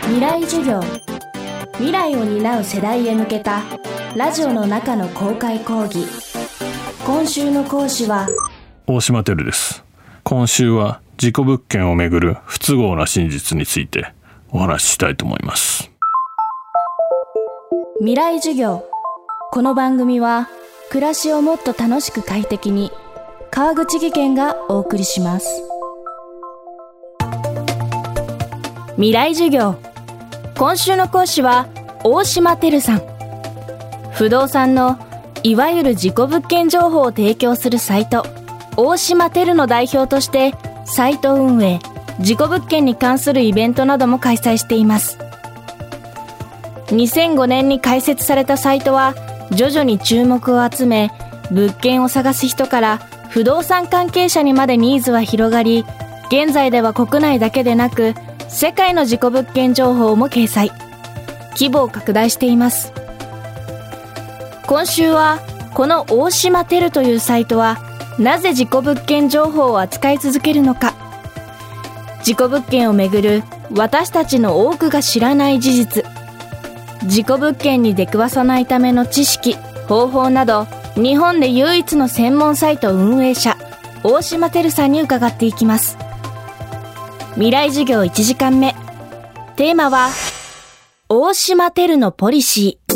未来授業、未来を担う世代へ向けたラジオの中の公開講義。今週の講師は大島てるです。今週は事故物件をめぐる不都合な真実についてお話ししたいと思います。 未来授業。この番組は暮らしをもっと楽しく快適に、川口義賢がお送りします。未来授業。今週の講師は大島てるさん。不動産のいわゆる事故物件情報を提供するサイト、大島てるの代表としてサイト運営、事故物件に関するイベントなども開催しています。2005年に開設されたサイトは徐々に注目を集め、物件を探す人から不動産関係者にまでニーズは広がり、現在では国内だけでなく世界の事故物件情報も掲載、規模を拡大しています。今週はこの大島てるというサイトはなぜ事故物件情報を扱い続けるのか、事故物件をめぐる私たちの多くが知らない事実、事故物件に出くわさないための知識、方法など、日本で唯一の専門サイト運営者、大島てるさんに伺っていきます。未来授業1時間目。テーマは、大島てるのポリシー。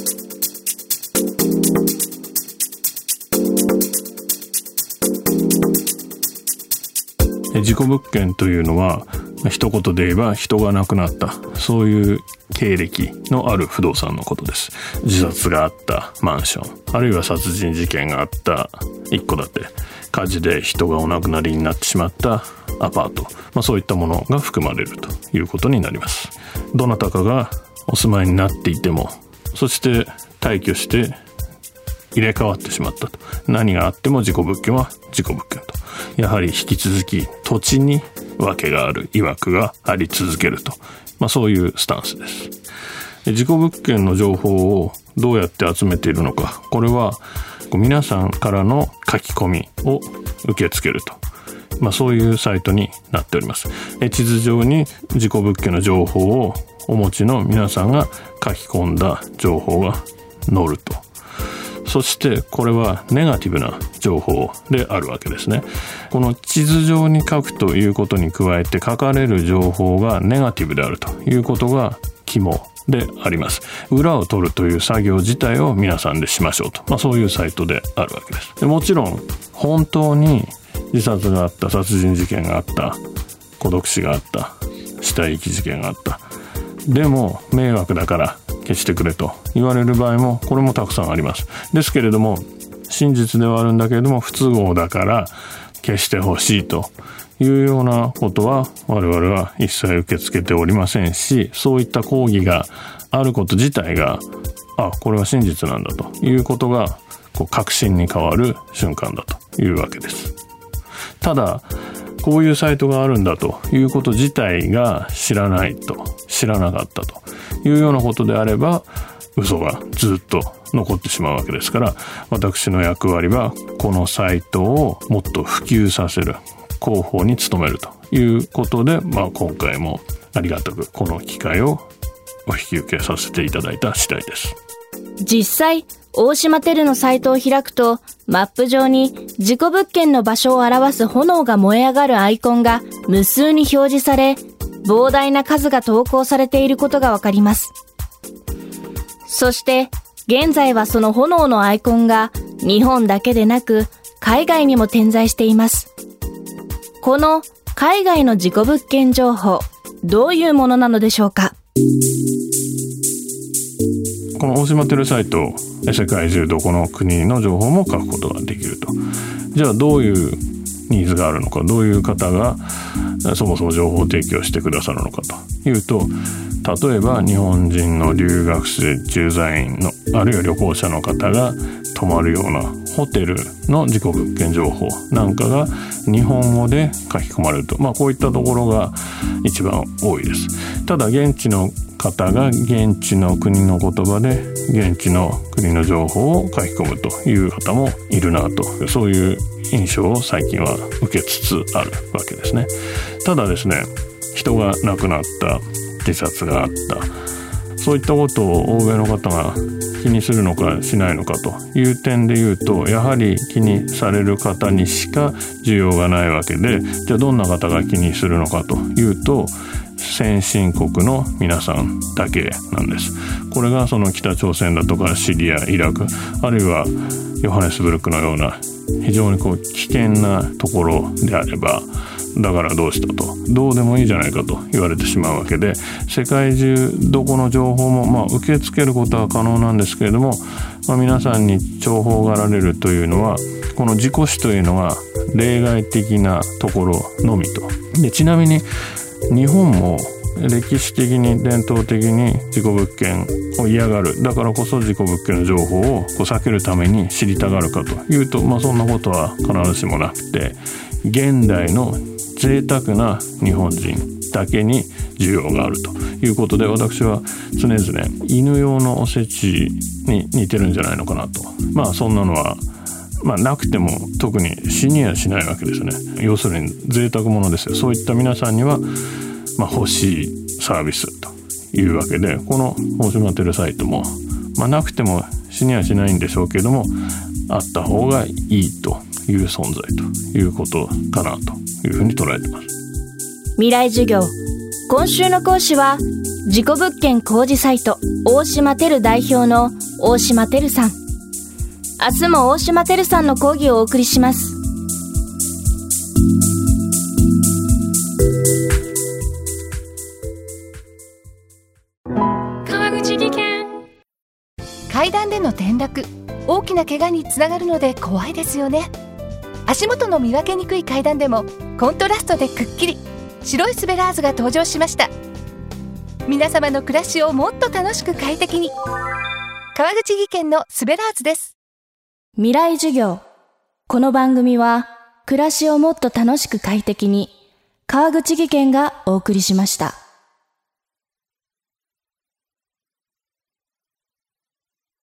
事故物件というのは、一言で言えば人が亡くなった、そういう経歴のある不動産のことです。自殺があったマンション、あるいは殺人事件があった一戸建て、火事で人がお亡くなりになってしまったアパート、そういったものが含まれるということになります。どなたかがお住まいになっていても、そして退去して入れ替わってしまったと、何があっても事故物件は事故物件と、やはり引き続き土地に訳がある、曰くがあり続けると、そういうスタンスです。事故物件の情報をどうやって集めているのか、これは皆さんからの書き込みを受け付けると、そういうサイトになっております。地図上に事故物件の情報をお持ちの皆さんが書き込んだ情報が載ると。そしてこれはネガティブな情報であるわけですね。この地図上に書くということに加えて、書かれる情報がネガティブであるということが肝であります。裏を取るという作業自体を皆さんでしましょうと、そういうサイトであるわけです。でもちろん本当に自殺があった、殺人事件があった、孤独死があった、死体遺棄事件があった、でも迷惑だから消してくれと言われる場合も、これもたくさんあります。ですけれども、真実ではあるんだけれども不都合だから消してほしいというようなことは我々は一切受け付けておりませんし、そういった抗議があること自体が、これは真実なんだということが確信に変わる瞬間だというわけです。ただこういうサイトがあるんだということ自体が知らなかったというようなことであれば、嘘がずっと残ってしまうわけですから、私の役割はこのサイトをもっと普及させる、広報に努めるということで、今回もありがたくこの機会をお引き受けさせていただいた次第です。 実際、大島てるのサイトを開くと、マップ上に事故物件の場所を表す炎が燃え上がるアイコンが無数に表示され、膨大な数が投稿されていることがわかります。そして現在はその炎のアイコンが日本だけでなく海外にも点在しています。この海外の事故物件情報、どういうものなのでしょうか。 この大島てるサイト、世界中どこの国の情報も書くことができると。じゃあどういうニーズがあるのか、どういう方がそもそも情報提供してくださるのかというと、例えば日本人の留学生、駐在員の、あるいは旅行者の方が泊まるようなホテルの事故物件情報なんかが日本語で書き込まれると、こういったところが一番多いです。ただ現地の方が現地の国の言葉で現地の国の情報を書き込むという方もいるなと、そういう印象を最近は受けつつあるわけですね。ただですね、人が亡くなった、 自殺があった、そういったことを欧米の方が気にするのかしないのかという点で言うと、やはり気にされる方にしか需要がないわけで、じゃあどんな方が気にするのかというと、先進国の皆さんだけなんです。これがその北朝鮮だとかシリア、イラク、あるいはヨハネスブルクのような非常に危険なところであれば、だからどうしたと、どうでもいいじゃないかと言われてしまうわけで、世界中どこの情報も受け付けることは可能なんですけれども、皆さんに重宝がられるというのは、この事故死というのは例外的なところのみと。で、ちなみに日本も歴史的に伝統的に事故物件を嫌がる、だからこそ事故物件の情報を避けるために知りたがるかというと、そんなことは必ずしもなくて、現代の贅沢な日本人だけに需要があるということで、私は常々犬用のおせちに似てるんじゃないのかなと。そんなのはなくても特に死にはしないわけですね。要するに贅沢物ですよ。そういった皆さんには欲しいサービスというわけで、この大島テレサイトもなくても死にはしないんでしょうけども、あった方がいいという存在ということかなというふうに捉えています。 未来授業、今週の講師は事故物件工事サイト大島テル代表の大島テルさん。明日も大島テルさんの講義をお送りします。 川口技研。階段での転落、大きな怪我につながるので怖いですよね。足元の見分けにくい階段でもコントラストでくっきり白いスベラーズが登場しました。皆様の暮らしをもっと楽しく快適に、川口技研のスベラーズです。 未来授業。この番組は暮らしをもっと楽しく快適に、川口技研がお送りしました。